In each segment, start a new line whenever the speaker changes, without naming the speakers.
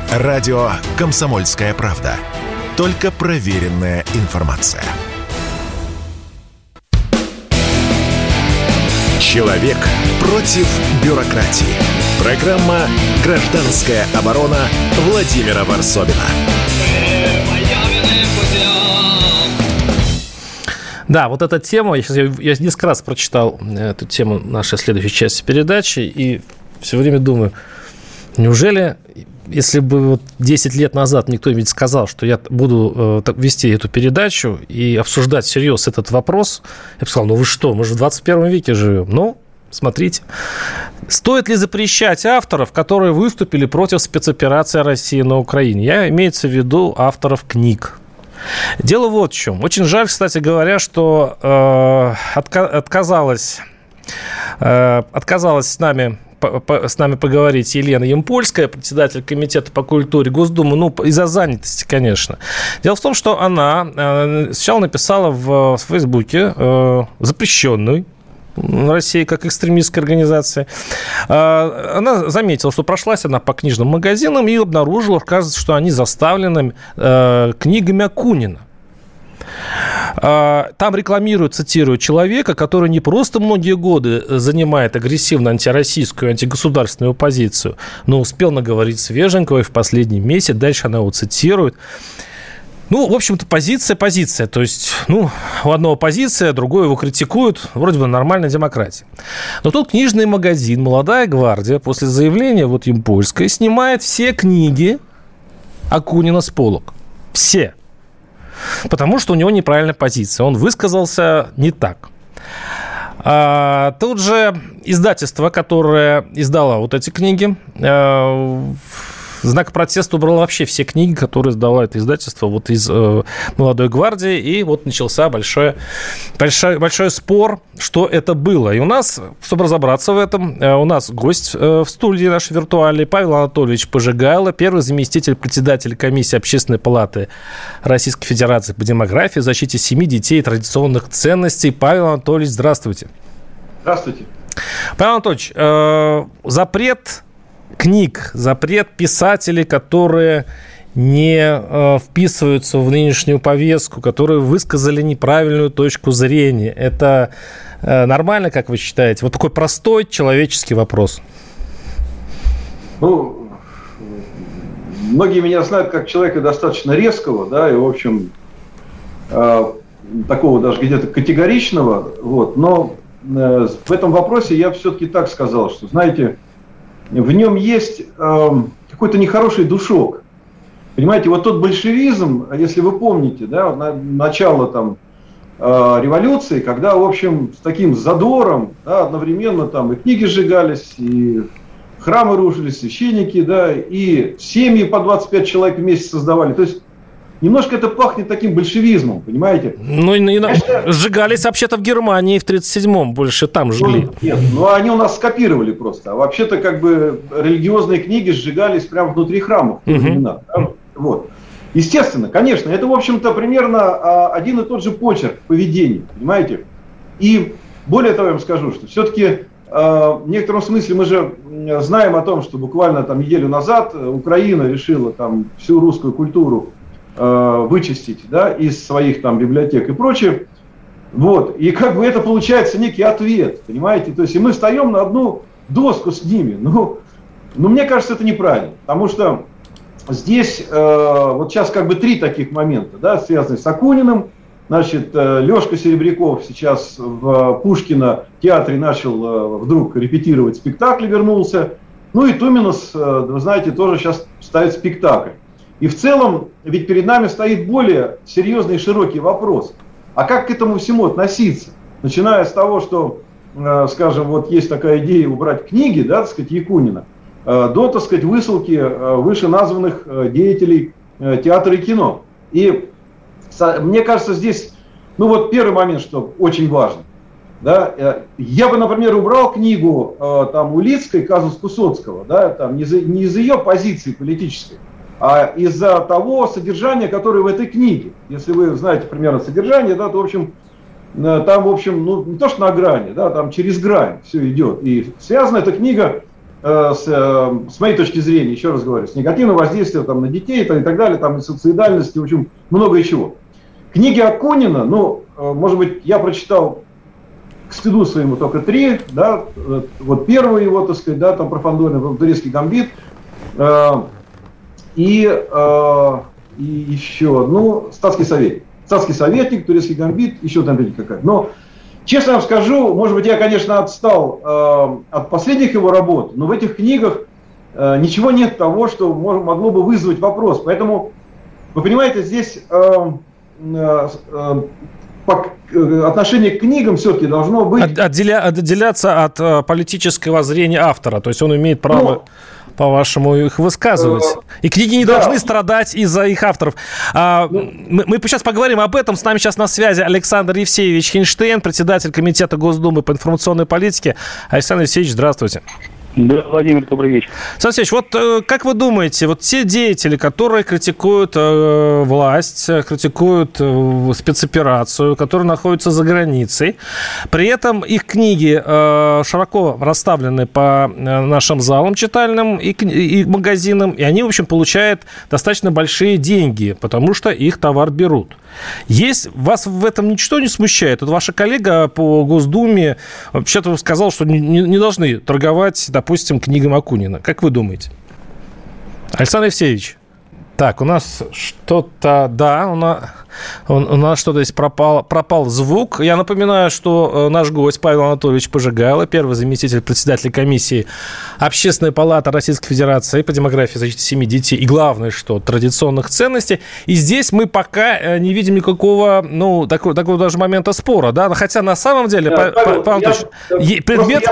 Радио «Комсомольская правда». Только проверенная информация. Человек против бюрократии. Программа «Гражданская оборона» Владимира Варсобина.
Да, вот эта тема, я несколько раз прочитал эту тему нашей следующей части передачи, и все время думаю, неужели, если бы вот 10 лет назад никто ведь сказал, что я буду вести эту передачу и обсуждать всерьез этот вопрос, я бы сказал, ну вы что, мы же в 21 веке живем. Ну, смотрите. Стоит ли запрещать авторов, которые выступили против спецоперации России на Украине? Имеется в виду авторов книг. Дело вот в чем. Очень жаль, кстати говоря, что отказалась с нами поговорить Елена Ямпольская, председатель комитета по культуре Госдумы, из-за занятости, конечно. Дело в том, что она сначала написала в Фейсбуке запрещенную в России как экстремистская организация. Она заметила, что прошлась она по книжным магазинам и обнаружила, оказывается, что они заставлены книгами Акунина. Там рекламируют, цитируют человека, который не просто многие годы занимает агрессивно антироссийскую, антигосударственную позицию, но успел наговорить свеженького и в последний месяц. Дальше она его цитирует. В общем-то, позиция. То есть, у одного позиция, другой его критикуют. Вроде бы нормальная демократия. Но тут книжный магазин «Молодая гвардия» после заявления Ямпольской снимает все книги Акунина с полок. Все. Потому что у него неправильная позиция. Он высказался не так. Тут же издательство, которое издало вот эти книги, в знак протеста убрало вообще все книги, которые издало это издательство из «Молодой гвардии». И вот начался большой спор, что это было. И у нас, чтобы разобраться в этом, у нас гость в студии нашей виртуальной Павел Анатольевич Пожигайло, первый заместитель председателя комиссии Общественной палаты Российской Федерации по демографии, защите семьи, детей и традиционных ценностей. Павел Анатольевич, здравствуйте.
Здравствуйте.
Павел Анатольевич, запрет книг, запрет писателей, которые не вписываются в нынешнюю повестку, которые высказали неправильную точку зрения. Это нормально, как вы считаете? Вот такой простой человеческий вопрос.
Многие меня знают как человека достаточно резкого, да, и, в общем, такого даже где-то категоричного, но в этом вопросе я все-таки так сказал, что, знаете, в нем есть какой-то нехороший душок. Понимаете, вот тот большевизм, если вы помните, да, начало революции, когда, в общем, с таким задором, да, одновременно и книги сжигались, и храмы рушились, священники, да, и семьи по 25 человек в месяц создавали. То есть немножко это пахнет таким большевизмом, понимаете?
Сжигались вообще-то в Германии в 1937-м, больше там жгли.
Нет, они у нас скопировали просто. А вообще-то религиозные книги сжигались прямо внутри храмов. Да? Вот. Естественно, конечно, это, в общем-то, примерно один и тот же почерк поведения, понимаете? И более того, я вам скажу, что все-таки в некотором смысле мы же знаем о том, что буквально неделю назад Украина решила всю русскую культуру вычистить, да, из своих библиотек и прочее. Вот. И это получается некий ответ, понимаете? То есть, и мы встаем на одну доску с ними. Мне кажется, это неправильно. Потому что здесь вот сейчас три таких момента, да, связанные с Акуниным. Значит, Лешка Серебряков сейчас в Пушкино театре начал вдруг репетировать спектакль, вернулся. И Туминос, вы знаете, тоже сейчас ставит спектакль. И в целом, ведь перед нами стоит более серьезный и широкий вопрос. А как к этому всему относиться? Начиная с того, что, скажем, есть такая идея убрать книги, да, Якунина, до, высылки вышеназванных деятелей театра и кино. И мне кажется, здесь, первый момент, что очень важно. Да, я бы, например, убрал книгу Улицкой «Казус Кусоцкого», да, не из ее позиции политической, а из-за того содержания, которое в этой книге. Если вы знаете примерно содержание, да, то, в общем, не то что на грани, да, через грань все идет. И связана эта книга с моей точки зрения, еще раз говорю, с негативным воздействием там, на детей и так далее, там, и суицидальности, в общем, много чего. Книги Акунина, может быть, я прочитал к стыду своему только 3, да, вот первый его, так сказать, да, там про Фандорина, турецкий гамбит, и еще, статский советник, турецкий гамбит, еще там какая-то. Но, честно вам скажу, может быть, я, конечно, отстал от последних его работ, но в этих книгах ничего нет того, что могло бы вызвать вопрос. Поэтому, вы понимаете, здесь отношение к книгам все-таки должно быть...
Отделяться от политического воззрения автора. То есть он имеет право, по-вашему, их высказывать. И книги не должны страдать из-за их авторов. Мы сейчас поговорим об этом. С нами сейчас на связи Александр Евсеевич Хинштейн, председатель Комитета Госдумы по информационной политике. Александр Евсеевич, здравствуйте.
Да, Владимир, добрый вечер.
Александр Алексеевич, как вы думаете, те деятели, которые критикуют власть, критикуют спецоперацию, которые находятся за границей, при этом их книги широко расставлены по нашим залам читальным и магазинам, и они, в общем, получают достаточно большие деньги, потому что их товар берут. Вас в этом ничто не смущает? Ваша коллега по Госдуме вообще-то сказала, что не должны торговать, допустим, книгам Акунина. Как вы думаете? Александр Евсеевич. Так, у нас что-то... Да, у нас что-то здесь пропал звук. Я напоминаю, что наш гость Павел Анатольевич Пожигайло, первый заместитель председателя комиссии Общественной палаты Российской Федерации по демографии и защите семьи, детей и, главное, что традиционных ценностей. И здесь мы пока не видим никакого, такого даже момента спора, да? Хотя на самом деле, Павел Анатольевич, предмет...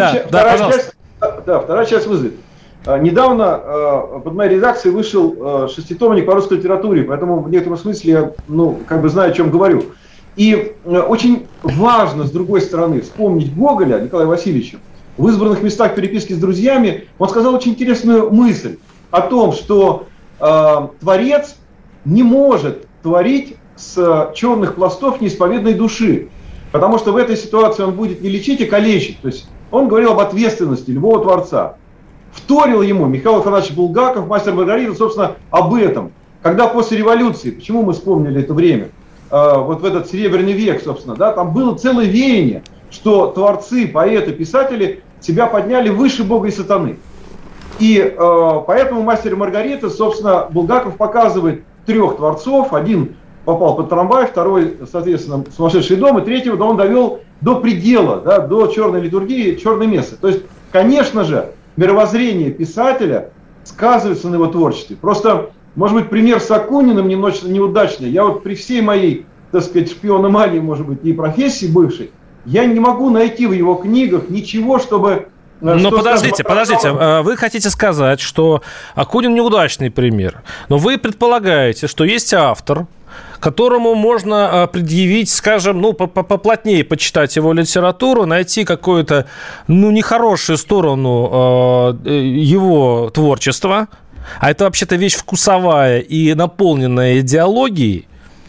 Вторая часть вызовет. Недавно под моей редакцией вышел шеститомник по русской литературе, поэтому в некотором смысле я знаю, о чем говорю. И очень важно, с другой стороны, вспомнить Гоголя Николая Васильевича. В «Избранных местах переписки с друзьями» он сказал очень интересную мысль о том, что творец не может творить с черных пластов неисповедной души, потому что в этой ситуации он будет не лечить, а калечить. То есть он говорил об ответственности любого творца. Вторил ему Михаил Афанасьевич Булгаков, «Мастер и Маргарита», собственно, об этом. Когда после революции, почему мы вспомнили это время, в этот Серебряный век, собственно, да, там было целое веяние, что творцы, поэты, писатели себя подняли выше Бога и сатаны. И поэтому «Мастер и Маргарита», собственно, Булгаков показывает 3 творцов. Один попал под трамвай, второй, соответственно, в сумасшедший дом, и третьего он довел до предела, да, до черной литургии, черной мессы. То есть, конечно же, мировоззрение писателя сказывается на его творчестве. Просто, может быть, пример с Акуниным немножко неудачный. Я при всей моей, так сказать, шпиономании, может быть, и профессии бывшей, я не могу найти в его книгах ничего, чтобы...
Но подождите, вы хотите сказать, что Акунин неудачный пример, но вы предполагаете, что есть автор, которому можно предъявить, скажем, поплотнее почитать его литературу, найти какую-то, нехорошую сторону его творчества, а это вообще-то вещь вкусовая и наполненная идеологией,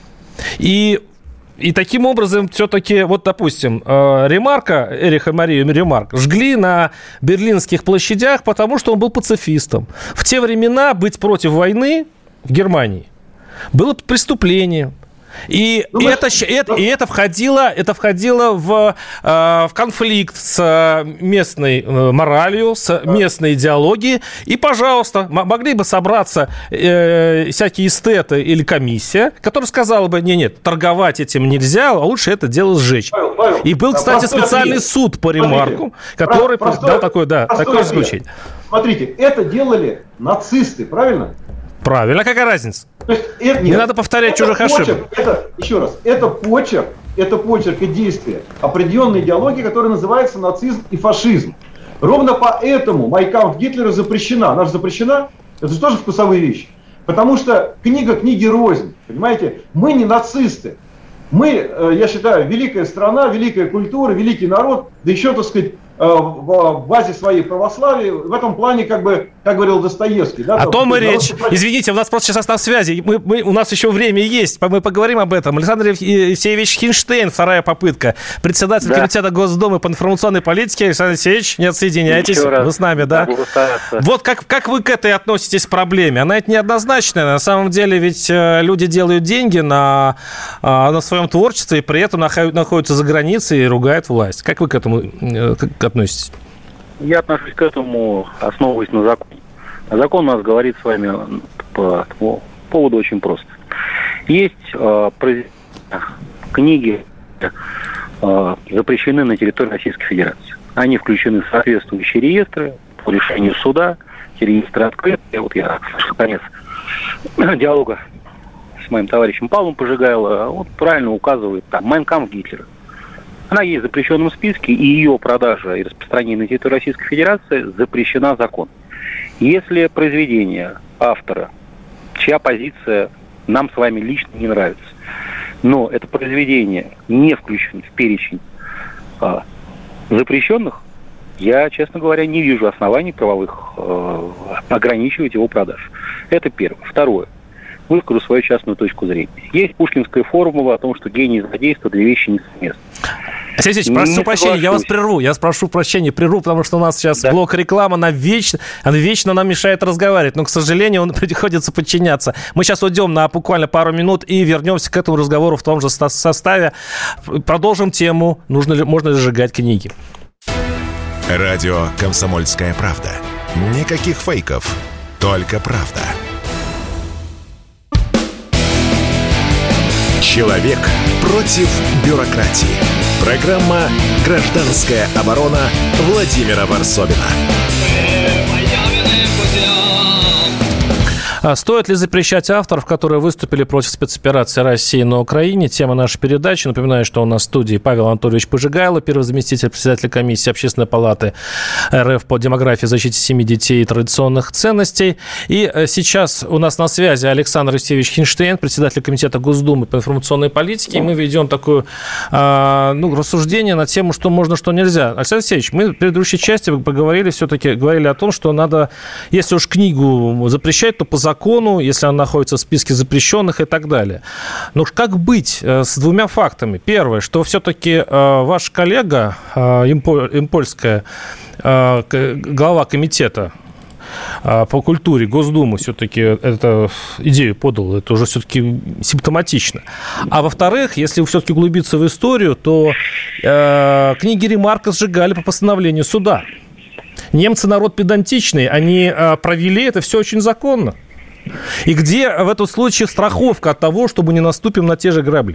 и таким образом все-таки, допустим, Эриха Марию Ремарка жгли на берлинских площадях, потому что он был пацифистом. В те времена быть против войны в Германии было преступлением. И это входило в конфликт с местной моралью, с местной идеологией. И, пожалуйста, могли бы собраться всякие эстеты или комиссия, которая сказала бы, нет, торговать этим нельзя, а лучше это дело сжечь. Павел, и был, кстати, специальный суд по Ремарку, который дал такое исключение.
Смотрите, это делали нацисты, правильно?
Правильно, какая разница?
То есть,
не надо повторять чужих ошибок.
Это почерк и действие определенной идеологии, которая называется нацизм и фашизм. Ровно поэтому «Майн кампф» Гитлера запрещена. Она же запрещена, это же тоже вкусовые вещи. Потому что книги рознь, понимаете? Мы не нацисты. Мы, я считаю, великая страна, великая культура, великий народ, да еще, так сказать, в базе своей православия. В этом плане как говорил Достоевский. Да,
о том и речь. Извините, у нас просто сейчас на связи. У нас еще время есть. Мы поговорим об этом. Александр Алексеевич Хинштейн, вторая попытка. Председатель комитета Госдумы по информационной политике. Александр Алексеевич, не отсоединяйтесь. Вы с нами, да? Вот как вы к этой относитесь проблеме? Она это неоднозначная. На самом деле ведь люди делают деньги на своем творчестве и при этом находятся за границей и ругают власть. Как вы к этому относитесь?
Я отношусь к этому, основываясь на законе. Закон у нас говорит с вами по поводу очень просто. Есть книги, запрещены на территории Российской Федерации. Они включены в соответствующие реестры по решению суда. Эти реестры открыты. Вот я слышал конец диалога с моим товарищем Павлом Пожигайло. Вот правильно указывает там «Майн кампф» Гитлера. Она есть в запрещенном списке, и ее продажа и распространение на территории Российской Федерации запрещена законом. Если произведение автора, чья позиция нам с вами лично не нравится, но это произведение не включено в перечень запрещенных, я, честно говоря, не вижу оснований правовых ограничивать его продажу. Это первое. Второе. Выскажу свою частную точку зрения. Есть пушкинская формула о том, что гений и злодейство – две вещи несовместные.
Алексей Алексеевич, прошу прощения, я вас прерву. Я прошу прощения, потому что у нас сейчас блок рекламы, она вечно нам мешает разговаривать. Но, к сожалению, приходится подчиняться. Мы сейчас уйдем на буквально пару минут и вернемся к этому разговору в том же составе. Продолжим тему можно ли сжигать книги.
Радио «Комсомольская правда». Никаких фейков, только правда. Человек против бюрократии. Программа «Гражданская оборона» Владимира Варсобина.
Стоит ли запрещать авторов, которые выступили против спецоперации России на Украине? Тема нашей передачи. Напоминаю, что у нас в студии Павел Анатольевич Пожигайло, первый заместитель председателя комиссии Общественной палаты РФ по демографии, защите семьи, детей и традиционных ценностей. И сейчас у нас на связи Александр Алексеевич Хинштейн, председатель комитета Госдумы по информационной политике. И мы ведем такое рассуждение на тему, что можно, что нельзя. Александр Алексеевич, мы в предыдущей части говорили о том, что надо, если уж книгу запрещать, то по закону, если она находится в списке запрещенных и так далее. Но как быть с двумя фактами? Первое, что все-таки ваш коллега, Импольская, глава комитета по культуре Госдумы все-таки эту идею подал. Это уже все-таки симптоматично. А во-вторых, если все-таки углубиться в историю, то книги Ремарка сжигали по постановлению суда. Немцы народ педантичный, они провели это все очень законно. И где в этом случае страховка от того, чтобы не наступим на те же грабли?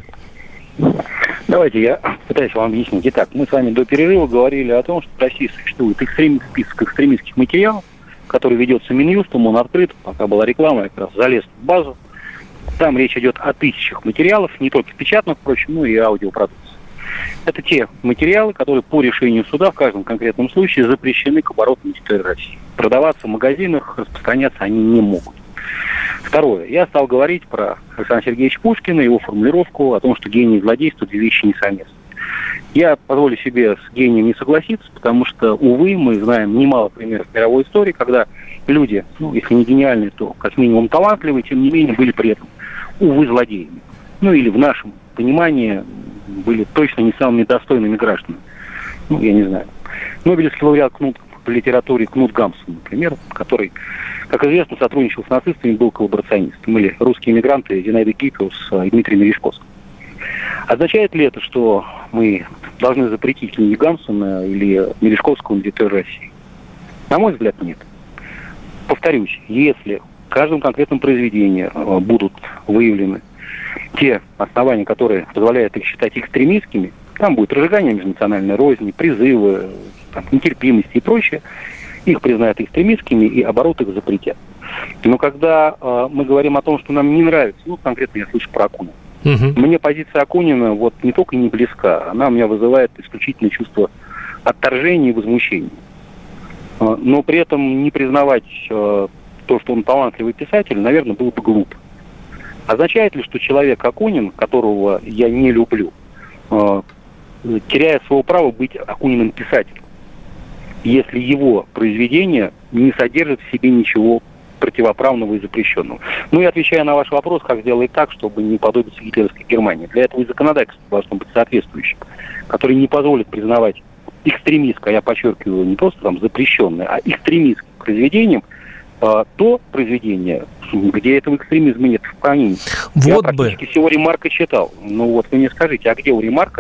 Давайте я пытаюсь вам объяснить. Итак, мы с вами до перерыва говорили о том, что в России существует список экстремистских материалов, который ведется Минюстом, он открыт, пока была реклама, я как раз залез в базу. Там речь идет о тысячах материалов, не только печатных, впрочем, но и аудиопродукции. Это те материалы, которые по решению суда в каждом конкретном случае запрещены к обороту на территории России. Продаваться в магазинах, распространяться они не могут. Второе. Я стал говорить про Александра Сергеевича Пушкина, его формулировку о том, что гений и злодейство – две вещи несовместные. Я позволю себе с гением не согласиться, потому что, увы, мы знаем немало примеров мировой истории, когда люди, если не гениальные, то как минимум талантливые, тем не менее были при этом, увы, злодеями. Или в нашем понимании были точно не самыми достойными гражданами. Я не знаю. Нобелевский лауреат по литературе Кнут Гамсун, например, который, как известно, сотрудничал с нацистами, был коллаборационистом. Или русские эмигранты Зинаида Гиппиус и Дмитрий Мережковский. Означает ли это, что мы должны запретить книги Гамсуна или Мережковского на территории России? На мой взгляд, нет. Повторюсь, если в каждом конкретном произведении будут выявлены те основания, которые позволяют их считать экстремистскими, там будет разжигание межнациональной розни, призывы, нетерпимости и прочее, их признают экстремистскими и оборот их запретят. Но когда мы говорим о том, что нам не нравится, конкретно я слышу про Акунина. Мне позиция Акунина не только не близка, она у меня вызывает исключительное чувство отторжения и возмущения. Но при этом не признавать то, что он талантливый писатель, наверное, было бы глупо. Означает ли, что человек Акунин, которого я не люблю, теряет свое право быть Акуниным писателем? если его произведение не содержит в себе ничего противоправного и запрещенного. Ну и отвечая на ваш вопрос, как сделать так, чтобы не подобиться гитлеровской Германии. Для этого и законодательство должно быть соответствующим, которое не позволит признавать экстремистское, я подчеркиваю, не просто там запрещенное, а экстремистским произведением то произведение, где этого экстремизма нет в помине.
Вот
я практически всего Ремарка читал. Ну вот вы мне скажите, а где у Ремарка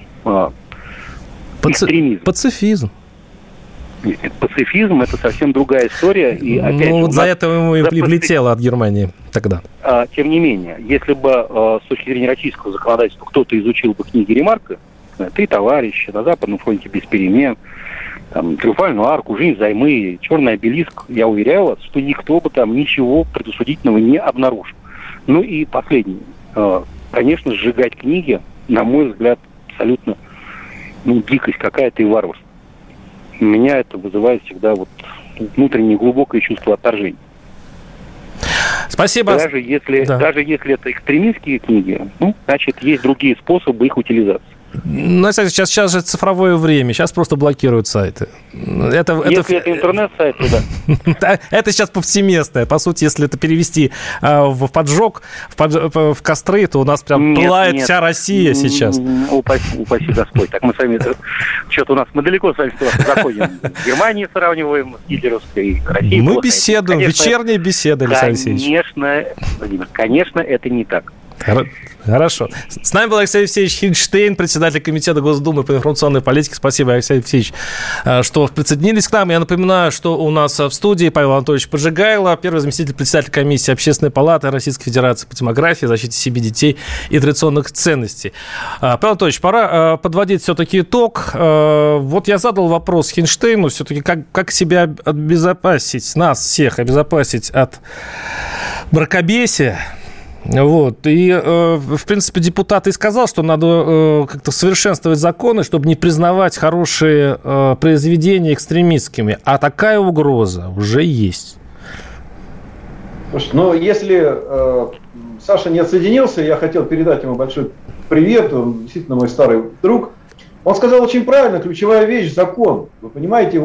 экстремизм?
Пацифизм.
Нет, пацифизм – это совсем другая история. И, опять же,
вот за это ему и влетело от Германии тогда.
Тем не менее, если бы с точки зрения российского законодательства кто-то изучил бы книги Ремарка, «Три товарища», «На Западном фронте без перемен», там, «Триумфальную арку», «Жизнь взаймы», «Черный обелиск», я уверяю вас, что никто бы там ничего предосудительного не обнаружил. Ну и последнее. Конечно, сжигать книги, на мой взгляд, абсолютно дикость какая-то и варварство. У меня это вызывает всегда вот внутреннее глубокое чувство отторжения.
Спасибо.
Даже если это экстремистские книги, значит, есть другие способы их утилизации.
Ну, сейчас же цифровое время, сейчас просто блокируют сайты.
Если это интернет-сайт, то да.
Это сейчас повсеместное. По сути, если это перевести в поджог, в костры, то у нас прям пылает вся Россия сейчас.
Упаси Господь. Так мы с вами... Что-то у нас... Мы далеко с вами заходим. В Германии сравниваем с гитлеровской, Россией.
Мы беседуем, вечерние беседы, Александр Алексеевич.
Конечно, это не так.
Хорошо. С нами был Алексей Алексеевич Хинштейн, председатель Комитета Госдумы по информационной политике. Спасибо, Алексей Алексеевич, что присоединились к нам. Я напоминаю, что у нас в студии Павел Анатольевич Поджигайло, первый заместитель председателя комиссии Общественной палаты Российской Федерации по демографии, защите себе детей и традиционных ценностей. Павел Анатольевич, пора подводить все-таки итог. Вот я задал вопрос Хинштейну, все-таки как себя обезопасить, нас всех обезопасить от мракобесия. Вот. И, в принципе, депутат и сказал, что надо как-то совершенствовать законы, чтобы не признавать хорошие произведения экстремистскими. А такая угроза уже есть.
Слушай, если Саша не отсоединился, я хотел передать ему большой привет, он действительно мой старый друг. Он сказал очень правильно, ключевая вещь – закон. Вы понимаете,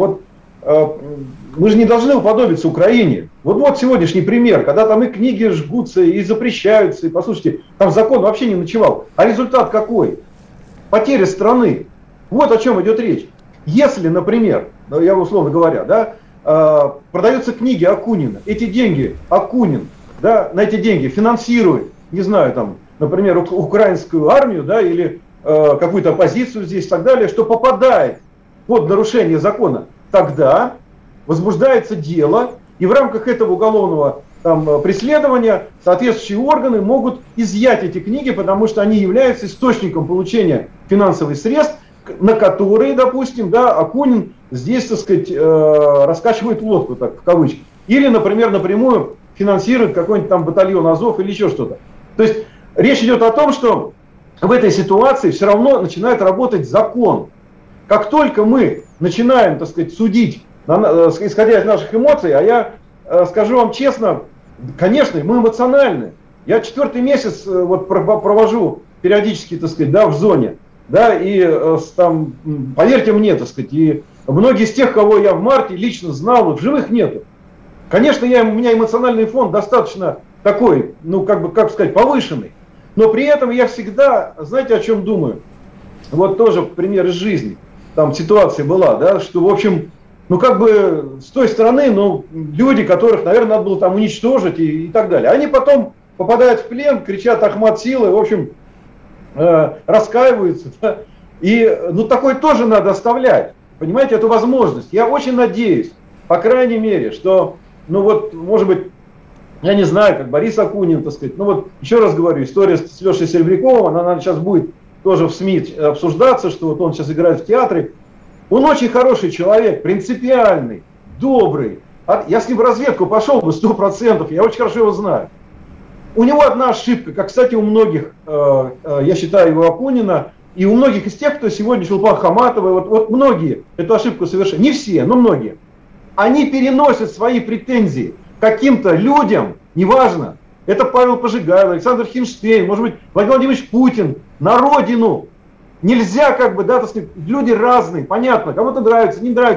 мы же не должны уподобиться Украине. Вот сегодняшний пример, когда там и книги жгутся, и запрещаются, и, послушайте, там закон вообще не ночевал. А результат какой? Потеря страны. Вот о чем идет речь. Если, например, я условно говоря, продаются книги Акунина, эти деньги Акунин, на эти деньги финансирует, не знаю, там, например, украинскую армию, или какую-то оппозицию здесь и так далее, что попадает под нарушение закона, тогда возбуждается дело, и в рамках этого уголовного преследования соответствующие органы могут изъять эти книги, потому что они являются источником получения финансовых средств, на которые, допустим, Акунин здесь, так сказать, раскачивает лодку, так в кавычках. Или, например, напрямую финансирует какой-нибудь там батальон Азов или еще что-то. То есть речь идет о том, что в этой ситуации все равно начинает работать закон. Как только мы начинаем, так сказать, судить, исходя из наших эмоций, а я скажу вам честно, конечно, мы эмоциональны. Я 4-й месяц провожу периодически, так сказать, в зоне, и там, поверьте мне, так сказать, и многие из тех, кого я в марте лично знал, в живых нету. Конечно, у меня эмоциональный фон достаточно такой, как сказать, повышенный. Но при этом я всегда, знаете, о чем думаю? Вот тоже пример из жизни. Там ситуация была, что, в общем, с той стороны, люди, которых, наверное, надо было там уничтожить и так далее. Они потом попадают в плен, кричат «Ахмат силы», в общем, раскаиваются. И, такое тоже надо оставлять. Понимаете, эту возможность. Я очень надеюсь, по крайней мере, что, может быть, я не знаю, как Борис Акунин, так сказать, еще раз говорю, история с Лешей Серебряковым, она сейчас будет тоже в СМИ обсуждаться, что он сейчас играет в театре. Он очень хороший человек, принципиальный, добрый. Я с ним в разведку пошел бы 100%, я очень хорошо его знаю. У него одна ошибка, как, кстати, у многих, я считаю, его Акунина, и у многих из тех, кто сегодня Чулпан Хаматова, многие эту ошибку совершают, не все, но многие. Они переносят свои претензии каким-то людям, неважно, это Павел Поджигайло, Александр Хинштейн, может быть, Владимир Владимирович Путин, на родину. Нельзя, так сказать, люди разные, понятно, кому-то нравится, не нравится.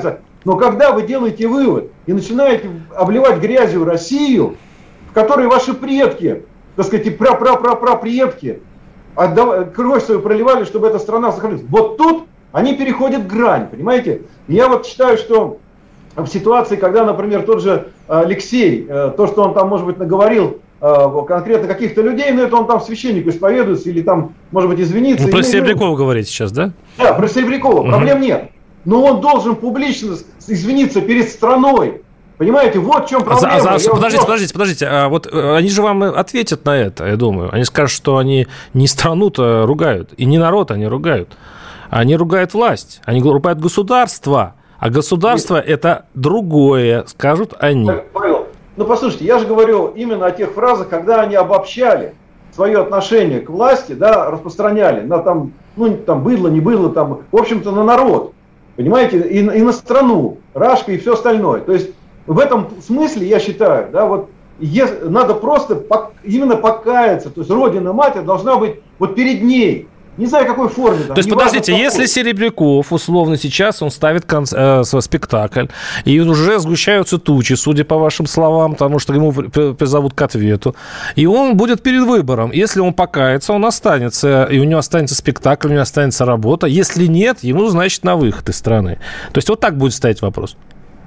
Но когда вы делаете вывод и начинаете обливать грязью Россию, в которой ваши предки, так сказать, прапрапрапрапредки кровь свою проливали, чтобы эта страна сохранилась, вот тут они переходят грань, понимаете? Я вот считаю, что в ситуации, когда, например, тот же Алексей, то, что он там, может быть, наговорил конкретно каких-то людей, но это он там священнику исповедуется или там, может быть, извиниться.
Про Серебрякова говорите сейчас, да?
Да, про Серебрякова, проблем нет. Но он должен публично извиниться перед страной. Понимаете, вот в чем проблема.
Подождите. Вот они же вам ответят на это, я думаю. Они скажут, что они не страну-то ругают, и не народ они ругают. Они ругают власть, они ругают государство. А государство – это другое, скажут они.
Павел, послушайте, я же говорю именно о тех фразах, когда они обобщали свое отношение к власти, да, распространяли на там быдло, не быдло, там, в общем-то, на народ. Понимаете, и на страну, рашка и все остальное. То есть в этом смысле, я считаю, да, вот надо просто именно покаяться. То есть Родина-Мать должна быть вот перед ней. Не знаю, в какой форме.
То есть, подождите, если Серебряков, условно, сейчас он ставит свой спектакль, и уже сгущаются тучи, судя по вашим словам, потому что ему призовут к ответу, и он будет перед выбором. Если он покается, он останется, и у него останется спектакль, у него останется работа. Если нет, ему, значит, на выход из страны. То есть, вот так будет стоять вопрос.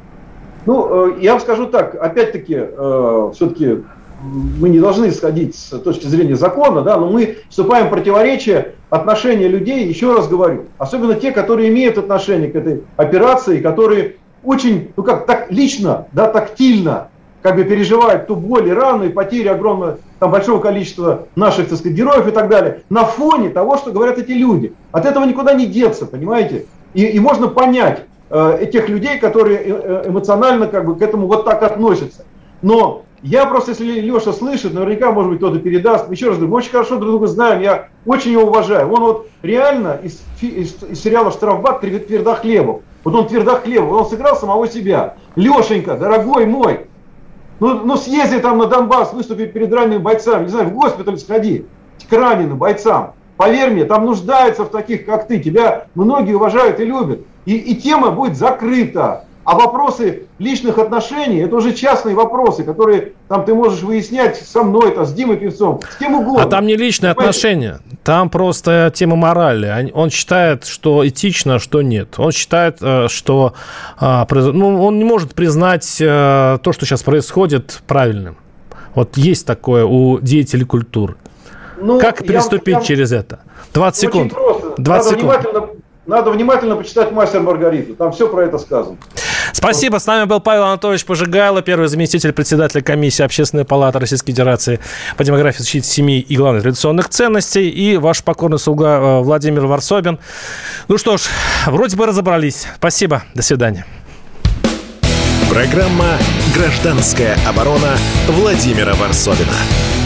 Я вам скажу так, опять-таки, все-таки мы не должны исходить с точки зрения закона, да, но мы вступаем в противоречие отношения людей, еще раз говорю, особенно те, которые имеют отношение к этой операции, которые очень, лично, да, тактильно, переживают ту боль и рану, и потери огромного, большого количества наших, так сказать, героев и так далее, на фоне того, что говорят эти люди. От этого никуда не деться, понимаете? И можно понять этих людей, которые эмоционально к этому вот так относятся. Но я просто, если Леша слышит, наверняка, может быть, кто-то передаст. Еще раз говорю, мы очень хорошо друг друга знаем, я очень его уважаю. Он вот реально из сериала «Штрафбат» Твердохлебов. Вот он Твердохлебов, он сыграл самого себя. Лешенька, дорогой мой, съезди там на Донбасс, выступи перед ранеными бойцами, не знаю, в госпиталь сходи к раненым бойцам. Поверь мне, там нуждаются в таких, как ты. Тебя многие уважают и любят. И тема будет закрыта. А вопросы личных отношений, это уже частные вопросы, которые там ты можешь выяснять со мной, с Димой Певцом, с кем угодно.
А там не личные отношения, там просто тема морали. Он считает, что этично, что нет. Он считает, что он не может признать то, что сейчас происходит, правильным. Вот есть такое у деятелей культуры. Как переступить через это? 20 секунд.
Очень просто.
20 секунд.
Надо внимательно почитать «Мастер Маргариту». Там все про это сказано.
Спасибо. С нами был Павел Анатольевич Пожигайло, первый заместитель председателя комиссии Общественной палаты Российской Федерации по демографии, защите семьи и, главное, традиционных ценностей. И ваш покорный слуга Владимир Варсобин. Ну что ж, вроде бы разобрались. Спасибо. До свидания.
Программа «Гражданская оборона» Владимира Варсобина.